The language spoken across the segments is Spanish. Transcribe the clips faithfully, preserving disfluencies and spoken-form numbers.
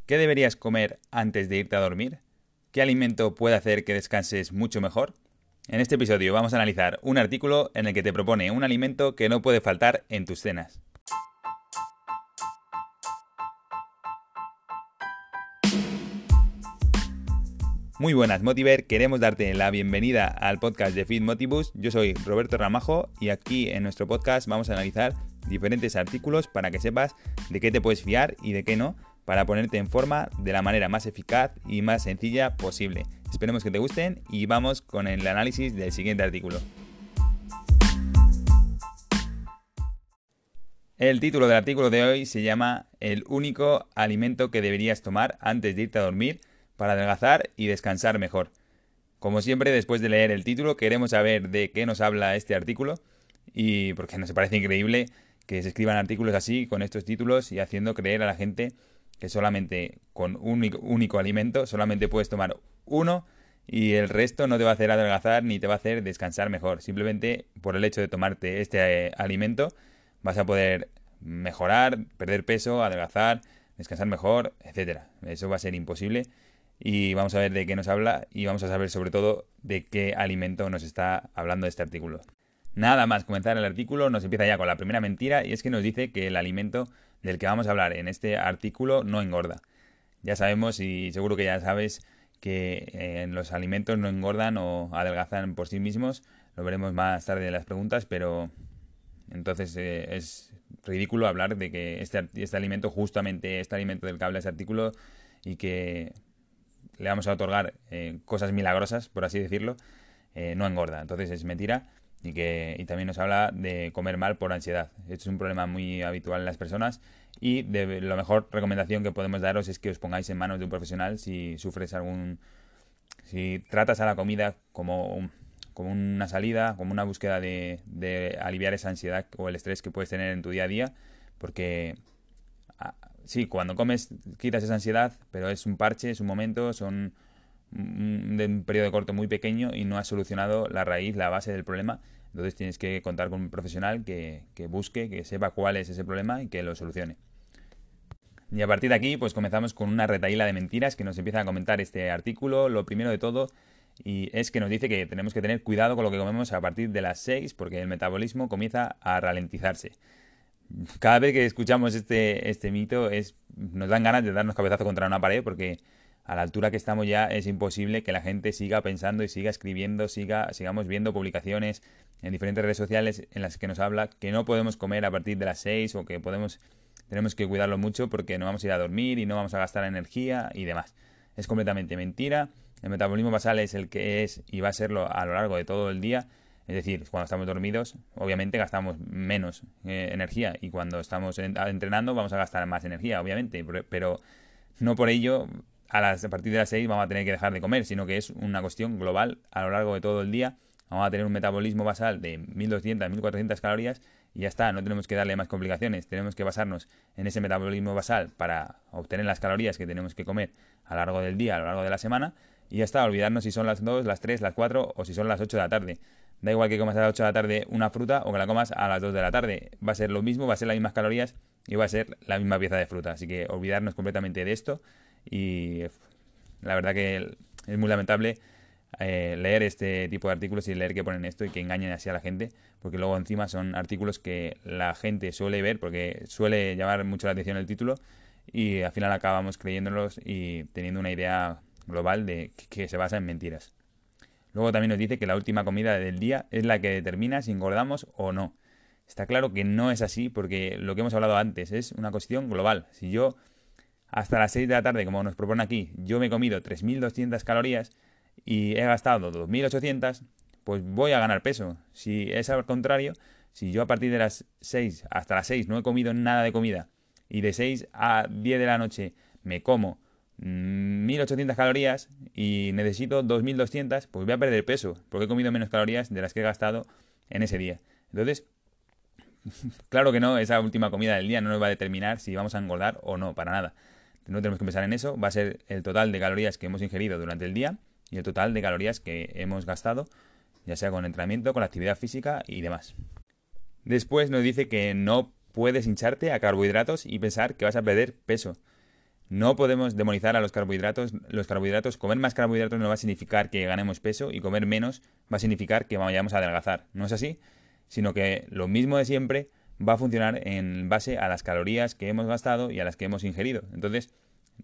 ¿Qué deberías comer antes de irte a dormir? ¿Qué alimento puede hacer que descanses mucho mejor? En este episodio vamos a analizar un artículo en el que te propone un alimento que no puede faltar en tus cenas. Muy buenas, Motiver. Queremos darte la bienvenida al podcast de Feed Motibus. Yo soy Roberto Ramajo y aquí en nuestro podcast vamos a analizar diferentes artículos para que sepas de qué te puedes fiar y de qué no, para ponerte en forma de la manera más eficaz y más sencilla posible. Esperemos que te gusten y vamos con el análisis del siguiente artículo. El título del artículo de hoy se llama El único alimento que deberías tomar antes de irte a dormir para adelgazar y descansar mejor. Como siempre, después de leer el título, queremos saber de qué nos habla este artículo y porque nos parece increíble que se escriban artículos así, con estos títulos y haciendo creer a la gente que solamente con un único, único alimento solamente puedes tomar uno y el resto no te va a hacer adelgazar ni te va a hacer descansar mejor. Simplemente por el hecho de tomarte este eh, alimento vas a poder mejorar, perder peso, adelgazar, descansar mejor, etcétera. Eso va a ser imposible. Y vamos a ver de qué nos habla y vamos a saber sobre todo de qué alimento nos está hablando este artículo. Nada más comenzar el artículo nos empieza ya con la primera mentira y es que nos dice que el alimento del que vamos a hablar en este artículo no engorda. Ya sabemos y seguro que ya sabes que eh, los alimentos no engordan o adelgazan por sí mismos. Lo veremos más tarde en las preguntas, pero entonces eh, es ridículo hablar de que este, este alimento, justamente este alimento del que habla este artículo y que le vamos a otorgar eh, cosas milagrosas, por así decirlo, eh, no engorda. Entonces es mentira y que y también nos habla de comer mal por ansiedad. Esto es un problema muy habitual en las personas y de la mejor recomendación que podemos daros es que os pongáis en manos de un profesional si sufres algún... si tratas a la comida como, un, como una salida, como una búsqueda de, de aliviar esa ansiedad o el estrés que puedes tener en tu día a día, porque... sí, cuando comes quitas esa ansiedad, pero es un parche, es un momento, son un, de un periodo corto muy pequeño y no has solucionado la raíz, la base del problema. Entonces tienes que contar con un profesional que, que busque, que sepa cuál es ese problema y que lo solucione. Y a partir de aquí, pues comenzamos con una retahíla de mentiras que nos empieza a comentar este artículo. Lo primero de todo y es que nos dice que tenemos que tener cuidado con lo que comemos a partir de las seis porque el metabolismo comienza a ralentizarse. Cada vez que escuchamos este, este mito es, nos dan ganas de darnos cabezazo contra una pared porque a la altura que estamos ya es imposible que la gente siga pensando y siga escribiendo, siga, sigamos viendo publicaciones en diferentes redes sociales en las que nos habla que no podemos comer a partir de las seis o que podemos, tenemos que cuidarlo mucho porque no vamos a ir a dormir y no vamos a gastar energía y demás. Es completamente mentira. El metabolismo basal es el que es y va a serlo a lo largo de todo el día. Es decir, cuando estamos dormidos, obviamente gastamos menos eh, energía y cuando estamos entrenando vamos a gastar más energía, obviamente, pero no por ello a, las, a partir de las seis vamos a tener que dejar de comer, sino que es una cuestión global a lo largo de todo el día. Vamos a tener un metabolismo basal de mil doscientas, mil cuatrocientas calorías y ya está, no tenemos que darle más complicaciones, tenemos que basarnos en ese metabolismo basal para obtener las calorías que tenemos que comer a lo largo del día, a lo largo de la semana y ya está, olvidarnos si son las dos, las tres, las cuatro o si son las ocho de la tarde. Da igual que comas a las ocho de la tarde una fruta o que la comas a las dos de la tarde. Va a ser lo mismo, va a ser las mismas calorías y va a ser la misma pieza de fruta. Así que olvidarnos completamente de esto. Y la verdad que es muy lamentable eh, leer este tipo de artículos y leer que ponen esto y que engañen así a la gente. Porque luego encima son artículos que la gente suele ver porque suele llamar mucho la atención el título. Y al final acabamos creyéndolos y teniendo una idea global de que, que se basa en mentiras. Luego también nos dice que la última comida del día es la que determina si engordamos o no. Está claro que no es así porque lo que hemos hablado antes es una cuestión global. Si yo hasta las seis de la tarde, como nos propone aquí, yo me he comido tres mil doscientas calorías y he gastado dos mil ochocientas, pues voy a ganar peso. Si es al contrario, si yo a partir de las seis hasta las seis no he comido nada de comida y de seis a diez de la noche me como mil ochocientas calorías y necesito dos mil doscientas, pues voy a perder peso porque he comido menos calorías de las que he gastado en ese día. Entonces, claro que no, esa última comida del día no nos va a determinar si vamos a engordar o no, para nada. No tenemos que pensar en eso, va a ser el total de calorías que hemos ingerido durante el día y el total de calorías que hemos gastado, ya sea con entrenamiento, con la actividad física y demás. Después nos dice que no puedes hincharte a carbohidratos y pensar que vas a perder peso. No podemos demonizar a los carbohidratos. Los carbohidratos, comer más carbohidratos no va a significar que ganemos peso y comer menos va a significar que vayamos a adelgazar. No es así, sino que lo mismo de siempre va a funcionar en base a las calorías que hemos gastado y a las que hemos ingerido. Entonces,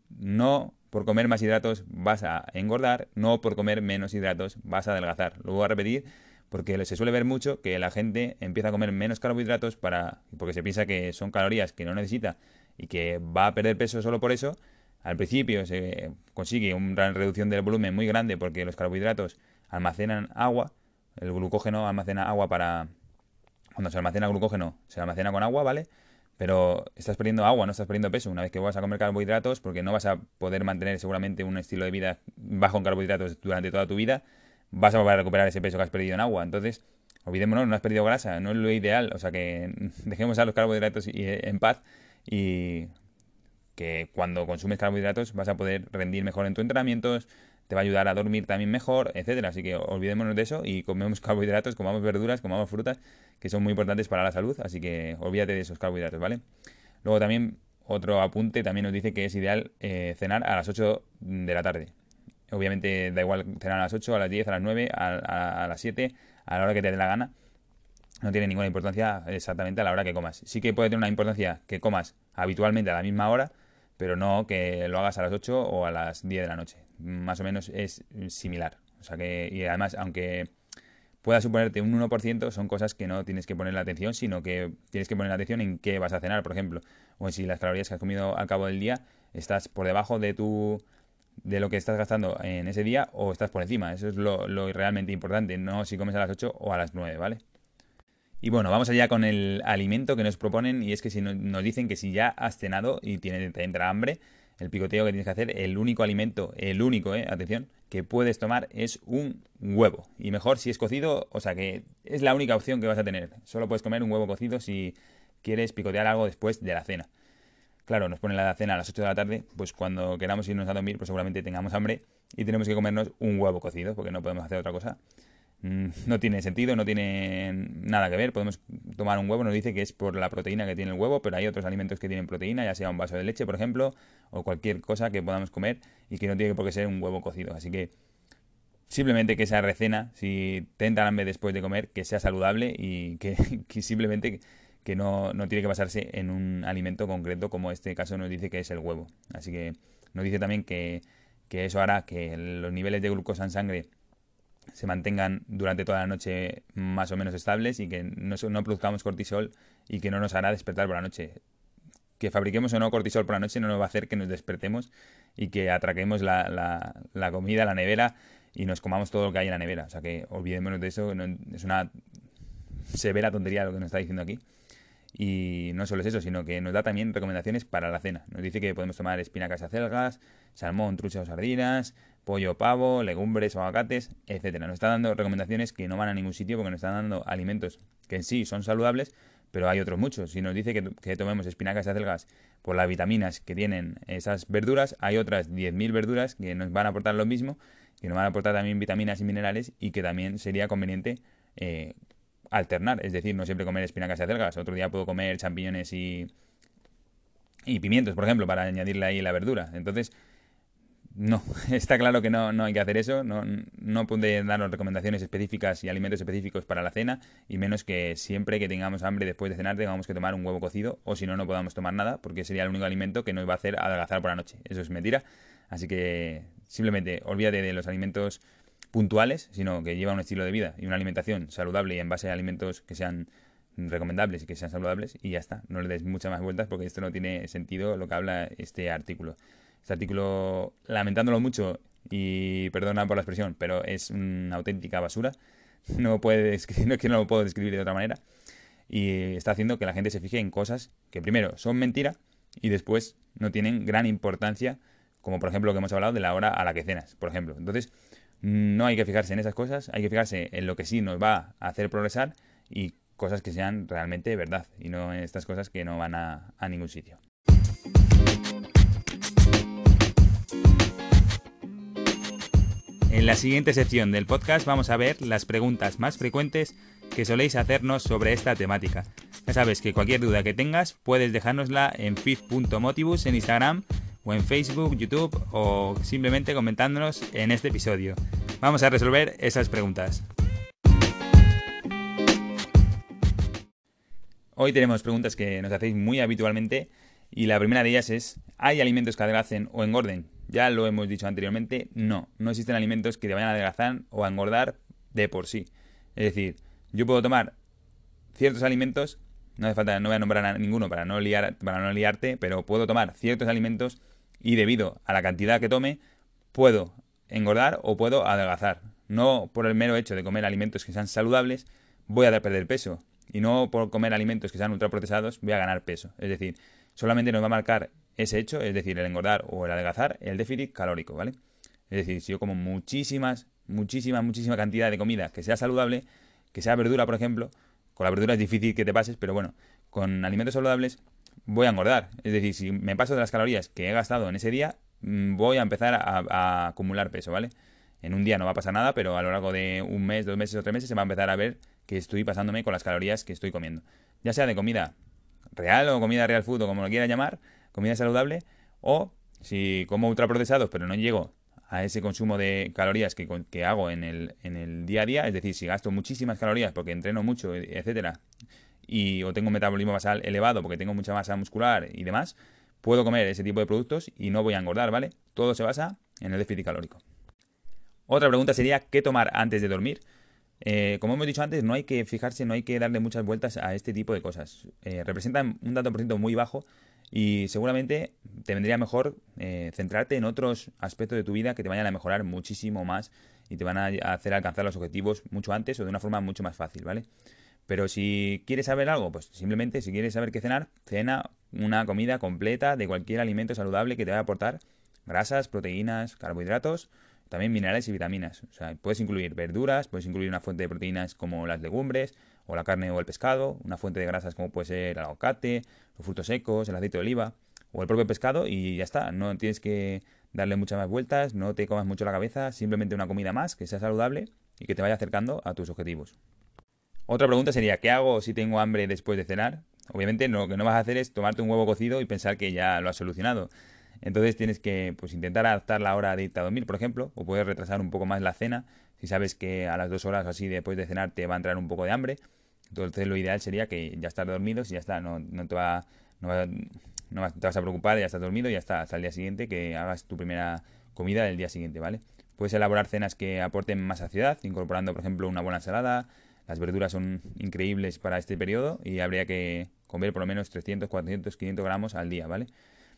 no por comer más hidratos vas a engordar, no por comer menos hidratos vas a adelgazar. Lo voy a repetir porque se suele ver mucho que la gente empieza a comer menos carbohidratos para, porque se piensa que son calorías que no necesita y que va a perder peso solo por eso. Al principio se consigue una reducción del volumen muy grande porque los carbohidratos almacenan agua, el glucógeno almacena agua para... Cuando se almacena glucógeno, se almacena con agua, ¿vale? Pero estás perdiendo agua, no estás perdiendo peso. Una vez que vas a comer carbohidratos, porque no vas a poder mantener seguramente un estilo de vida bajo en carbohidratos durante toda tu vida, vas a poder recuperar ese peso que has perdido en agua. Entonces, olvidémonos, no has perdido grasa, no es lo ideal. O sea que dejemos a los carbohidratos en paz y que cuando consumes carbohidratos vas a poder rendir mejor en tus entrenamientos, te va a ayudar a dormir también mejor, etcétera. Así que olvidémonos de eso y comemos carbohidratos, comamos verduras, comamos frutas, que son muy importantes para la salud. Así que olvídate de esos carbohidratos, ¿vale? Luego también, otro apunte, también nos dice que es ideal eh, cenar a las ocho de la tarde. Obviamente da igual cenar a las ocho, a las diez, a las nueve, a, a, a las siete, a la hora que te dé la gana. No tiene ninguna importancia exactamente a la hora que comas. Sí que puede tener una importancia que comas habitualmente a la misma hora, pero no que lo hagas a las ocho o a las diez de la noche. Más o menos es similar. O sea que, y además, aunque pueda suponerte un uno por ciento, son cosas que no tienes que ponerle atención, sino que tienes que poner atención en qué vas a cenar, por ejemplo. O en si las calorías que has comido al cabo del día estás por debajo de tu de lo que estás gastando en ese día o estás por encima. Eso es lo, lo realmente importante, no si comes a las ocho o a las nueve, ¿vale? Y bueno, vamos allá con el alimento que nos proponen y es que si no, nos dicen que si ya has cenado y tienes, te entra hambre, el picoteo que tienes que hacer, el único alimento, el único, eh, atención, que puedes tomar es un huevo. Y mejor si es cocido, o sea que es la única opción que vas a tener. Solo puedes comer un huevo cocido si quieres picotear algo después de la cena. Claro, nos ponen la cena a las ocho de la tarde, pues cuando queramos irnos a dormir, pues seguramente tengamos hambre y tenemos que comernos un huevo cocido, porque no podemos hacer otra cosa. No tiene sentido, no tiene nada que ver. Podemos tomar un huevo, nos dice que es por la proteína que tiene el huevo, pero hay otros alimentos que tienen proteína, ya sea un vaso de leche, por ejemplo, o cualquier cosa que podamos comer y que no tiene por qué ser un huevo cocido. Así que simplemente que esa recena, si te entra hambre después de comer, que sea saludable y que, que simplemente que no, no tiene que basarse en un alimento concreto, como este caso nos dice que es el huevo. Así que nos dice también que, que eso hará que los niveles de glucosa en sangre se mantengan durante toda la noche más o menos estables y que no, no produzcamos cortisol y que no nos hará despertar por la noche. Que fabriquemos o no cortisol por la noche no nos va a hacer que nos despertemos y que atraquemos la, la, la comida, la nevera y nos comamos todo lo que hay en la nevera. O sea que olvidémonos de eso, no, es una severa tontería lo que nos está diciendo aquí. Y no solo es eso, sino que nos da también recomendaciones para la cena. Nos dice que podemos tomar espinacas acelgas, salmón, trucha o sardinas, pollo o pavo, legumbres o aguacates, etcétera. Nos está dando recomendaciones que no van a ningún sitio porque nos están dando alimentos que en sí son saludables, pero hay otros muchos. Si nos dice que, que tomemos espinacas acelgas por las vitaminas que tienen esas verduras, hay otras diez mil verduras que nos van a aportar lo mismo, que nos van a aportar también vitaminas y minerales y que también sería conveniente eh, alternar, es decir, no siempre comer espinacas y acelgas. Otro día puedo comer champiñones y, y pimientos, por ejemplo, para añadirle ahí la verdura. Entonces, no, está claro que no, no hay que hacer eso, no, no puede darnos recomendaciones específicas y alimentos específicos para la cena, y menos que siempre que tengamos hambre después de cenar tengamos que tomar un huevo cocido, o si no, no podamos tomar nada, porque sería el único alimento que nos va a hacer adelgazar por la noche. Eso es mentira, así que simplemente olvídate de los alimentos puntuales, sino que lleva un estilo de vida y una alimentación saludable y en base a alimentos que sean recomendables y que sean saludables y ya está, no le des muchas más vueltas porque esto no tiene sentido lo que habla este artículo. Este artículo, lamentándolo mucho y perdona por la expresión, pero es una auténtica basura, no puede no es que no lo puedo describir de otra manera y está haciendo que la gente se fije en cosas que primero son mentira y después no tienen gran importancia, como por ejemplo lo que hemos hablado de la hora a la que cenas, por ejemplo. Entonces, no hay que fijarse en esas cosas, hay que fijarse en lo que sí nos va a hacer progresar y cosas que sean realmente verdad y no en estas cosas que no van a, a ningún sitio. En la siguiente sección del podcast vamos a ver las preguntas más frecuentes que soléis hacernos sobre esta temática. Ya sabes que cualquier duda que tengas puedes dejárnosla en fit punto motivus en Instagram o en Facebook, YouTube o simplemente comentándonos en este episodio. Vamos a resolver esas preguntas. Hoy tenemos preguntas que nos hacéis muy habitualmente y la primera de ellas es: ¿hay alimentos que adelgacen o engorden? Ya lo hemos dicho anteriormente, no, no existen alimentos que te vayan a adelgazar o a engordar de por sí. Es decir, yo puedo tomar ciertos alimentos, no hace falta, no voy a nombrar a ninguno para no liar, para no liarte, pero puedo tomar ciertos alimentos y debido a la cantidad que tome, puedo engordar o puedo adelgazar. No por el mero hecho de comer alimentos que sean saludables voy a perder peso. Y no por comer alimentos que sean ultraprocesados voy a ganar peso. Es decir, solamente nos va a marcar ese hecho, es decir, el engordar o el adelgazar, el déficit calórico, ¿vale? Es decir, si yo como muchísimas, muchísima, muchísima cantidad de comida que sea saludable, que sea verdura, por ejemplo, con la verdura es difícil que te pases, pero bueno, con alimentos saludables voy a engordar. Es decir, si me paso de las calorías que he gastado en ese día, voy a empezar a, a acumular peso, ¿vale? En un día no va a pasar nada, pero a lo largo de un mes, dos meses o tres meses se va a empezar a ver que estoy pasándome con las calorías que estoy comiendo. Ya sea de comida real o comida real food o como lo quiera llamar, comida saludable, o si como ultraprocesados pero no llego a ese consumo de calorías que, que hago en el, en el día a día, es decir, si gasto muchísimas calorías porque entreno mucho, etcétera, y o tengo un metabolismo basal elevado porque tengo mucha masa muscular y demás, puedo comer ese tipo de productos y no voy a engordar, ¿vale? Todo se basa en el déficit calórico. Otra pregunta sería: ¿qué tomar antes de dormir? Eh, como hemos dicho antes, no hay que fijarse, no hay que darle muchas vueltas a este tipo de cosas. Eh, representan un dato por ciento muy bajo y seguramente te vendría mejor eh, centrarte en otros aspectos de tu vida que te vayan a mejorar muchísimo más y te van a hacer alcanzar los objetivos mucho antes o de una forma mucho más fácil, ¿vale? Pero si quieres saber algo, pues simplemente si quieres saber qué cenar, cena una comida completa de cualquier alimento saludable que te vaya a aportar grasas, proteínas, carbohidratos, también minerales y vitaminas. O sea, puedes incluir verduras, puedes incluir una fuente de proteínas como las legumbres, o la carne o el pescado, una fuente de grasas como puede ser el aguacate, los frutos secos, el aceite de oliva, o el propio pescado, y ya está. No tienes que darle muchas más vueltas, no te comas mucho la cabeza, simplemente una comida más que sea saludable y que te vaya acercando a tus objetivos. Otra pregunta sería: ¿qué hago si tengo hambre después de cenar? Obviamente lo que no vas a hacer es tomarte un huevo cocido y pensar que ya lo has solucionado. Entonces tienes que pues, intentar adaptar la hora de irte a dormir, por ejemplo, o puedes retrasar un poco más la cena si sabes que a las dos horas o así después de cenar te va a entrar un poco de hambre. Entonces lo ideal sería que ya estás dormido, si ya está, no, no te va, no, va, no te vas a preocupar, ya estás dormido y ya está, hasta el día siguiente que hagas tu primera comida del día siguiente, ¿vale? Puedes elaborar cenas que aporten más saciedad, incorporando, por ejemplo, una buena ensalada. Las verduras son increíbles para este periodo y habría que comer por lo menos trescientos, cuatrocientos, quinientos gramos al día, ¿vale?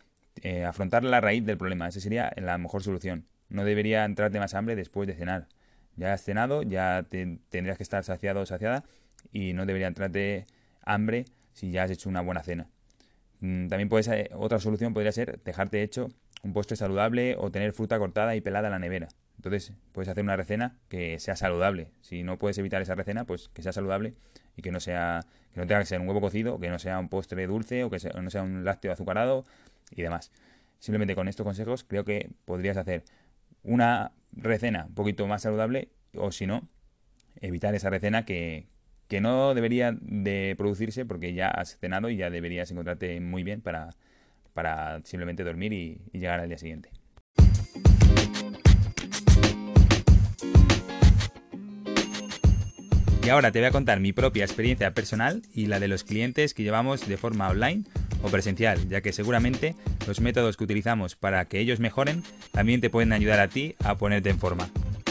Eh, afrontar la raíz del problema, esa sería la mejor solución. No debería entrarte más hambre después de cenar. Ya has cenado, ya te, tendrías que estar saciado o saciada y no debería entrarte hambre si ya has hecho una buena cena. Mm, También puedes, eh, otra solución podría ser dejarte hecho un postre saludable o tener fruta cortada y pelada en la nevera. Entonces puedes hacer una recena que sea saludable. Si no puedes evitar esa recena, pues que sea saludable y que no sea, que no tenga que ser un huevo cocido, que no sea un postre dulce o que sea- no sea un lácteo azucarado y demás. Simplemente con estos consejos creo que podrías hacer una recena un poquito más saludable o si no, evitar esa recena que, que no debería de producirse porque ya has cenado y ya deberías encontrarte muy bien para, para simplemente dormir y, y llegar al día siguiente. Y ahora te voy a contar mi propia experiencia personal y la de los clientes que llevamos de forma online o presencial, ya que seguramente los métodos que utilizamos para que ellos mejoren también te pueden ayudar a ti a ponerte en forma.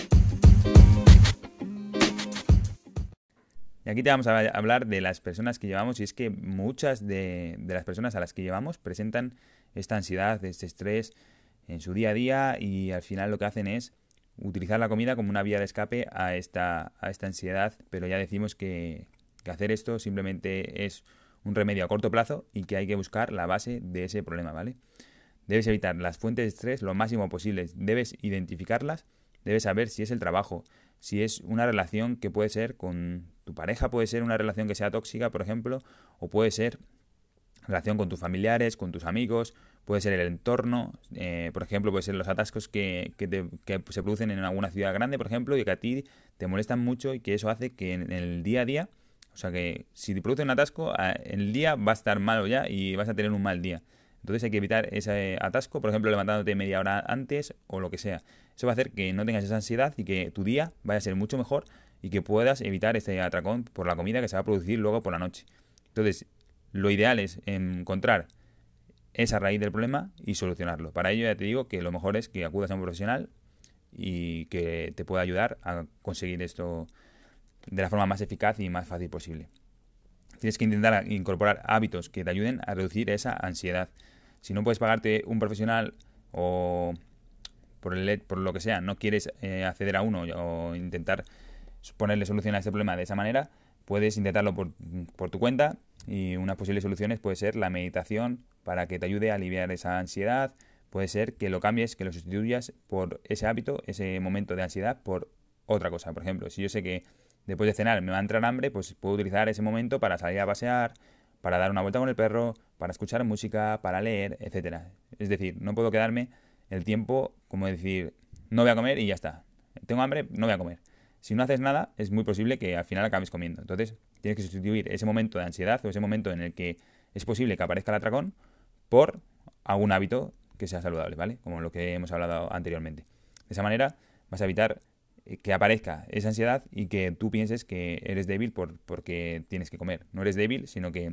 Y aquí te vamos a hablar de las personas que llevamos y es que muchas de, de las personas a las que llevamos presentan esta ansiedad, este estrés en su día a día y al final lo que hacen es utilizar la comida como una vía de escape a esta, a esta ansiedad, pero ya decimos que, que hacer esto simplemente es un remedio a corto plazo y que hay que buscar la base de ese problema, ¿vale? Debes evitar las fuentes de estrés lo máximo posible, debes identificarlas, debes saber si es el trabajo, si es una relación que puede ser con tu pareja, puede ser una relación que sea tóxica, por ejemplo, o puede ser relación con tus familiares, con tus amigos, puede ser el entorno, eh, por ejemplo, puede ser los atascos que, que, te, que se producen en alguna ciudad grande, por ejemplo, y que a ti te molestan mucho y que eso hace que en el día a día, o sea que si te produce un atasco, en el día va a estar malo ya y vas a tener un mal día. Entonces hay que evitar ese atasco, por ejemplo, levantándote media hora antes o lo que sea. Eso va a hacer que no tengas esa ansiedad y que tu día vaya a ser mucho mejor y que puedas evitar este atracón por la comida que se va a producir luego por la noche. Entonces, lo ideal es encontrar esa raíz del problema y solucionarlo. Para ello ya te digo que lo mejor es que acudas a un profesional y que te pueda ayudar a conseguir esto de la forma más eficaz y más fácil posible. Tienes que intentar incorporar hábitos que te ayuden a reducir esa ansiedad. Si no puedes pagarte un profesional o por, el, por lo que sea, no quieres eh, acceder a uno o intentar ponerle solución a este problema de esa manera, puedes intentarlo por, por tu cuenta y unas posibles soluciones puede ser la meditación para que te ayude a aliviar esa ansiedad, puede ser que lo cambies, que lo sustituyas por ese hábito, ese momento de ansiedad por otra cosa. Por ejemplo, si yo sé que después de cenar me va a entrar hambre, pues puedo utilizar ese momento para salir a pasear, para dar una vuelta con el perro, para escuchar música, para leer, etcétera. Es decir, no puedo quedarme el tiempo como decir, no voy a comer y ya está. Tengo hambre, no voy a comer. Si no haces nada, es muy posible que al final acabes comiendo. Entonces, tienes que sustituir ese momento de ansiedad o ese momento en el que es posible que aparezca el atracón por algún hábito que sea saludable, ¿vale? Como lo que hemos hablado anteriormente. De esa manera vas a evitar que aparezca esa ansiedad y que tú pienses que eres débil por, porque tienes que comer. No eres débil, sino que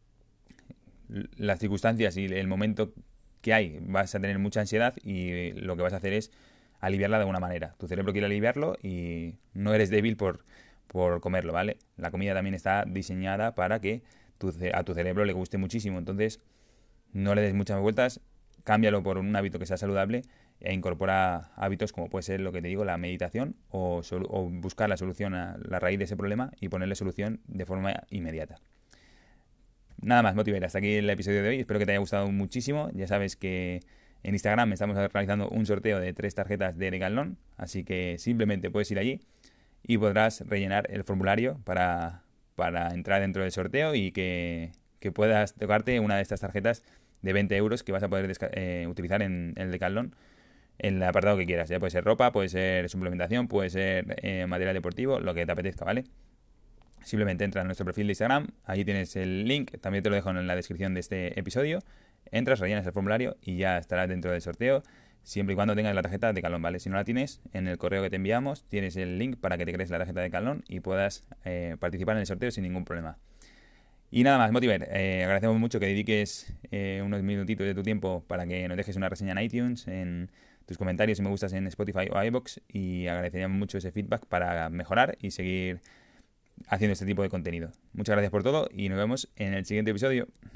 las circunstancias y el momento que hay vas a tener mucha ansiedad y lo que vas a hacer es aliviarla de alguna manera. Tu cerebro quiere aliviarlo y no eres débil por, por comerlo, ¿vale? La comida también está diseñada para que tu, a tu cerebro le guste muchísimo. Entonces, no le des muchas vueltas, cámbialo por un hábito que sea saludable e incorpora hábitos como puede ser lo que te digo, la meditación o, o buscar la solución a la raíz de ese problema y ponerle solución de forma inmediata. Nada más, Motiver, hasta aquí el episodio de hoy. Espero que te haya gustado muchísimo. Ya sabes que en Instagram estamos realizando un sorteo de tres tarjetas de Decathlon, así que simplemente puedes ir allí y podrás rellenar el formulario para, para entrar dentro del sorteo y que, que puedas tocarte una de estas tarjetas de veinte euros que vas a poder eh, utilizar en, en el Decathlon en el apartado que quieras. Ya puede ser ropa, puede ser suplementación, puede ser eh, material deportivo, lo que te apetezca, ¿vale? Simplemente entra en nuestro perfil de Instagram, allí tienes el link, también te lo dejo en la descripción de este episodio. Entras, rellenas el formulario y ya estarás dentro del sorteo, siempre y cuando tengas la tarjeta de Decathlon, ¿vale? Si no la tienes, en el correo que te enviamos tienes el link para que te crees la tarjeta de Decathlon y puedas eh, participar en el sorteo sin ningún problema. Y nada más, Motiver, eh, agradecemos mucho que dediques eh, unos minutitos de tu tiempo para que nos dejes una reseña en iTunes, en tus comentarios y me gustas en Spotify o iVoox, y agradeceríamos mucho ese feedback para mejorar y seguir haciendo este tipo de contenido. Muchas gracias por todo y nos vemos en el siguiente episodio.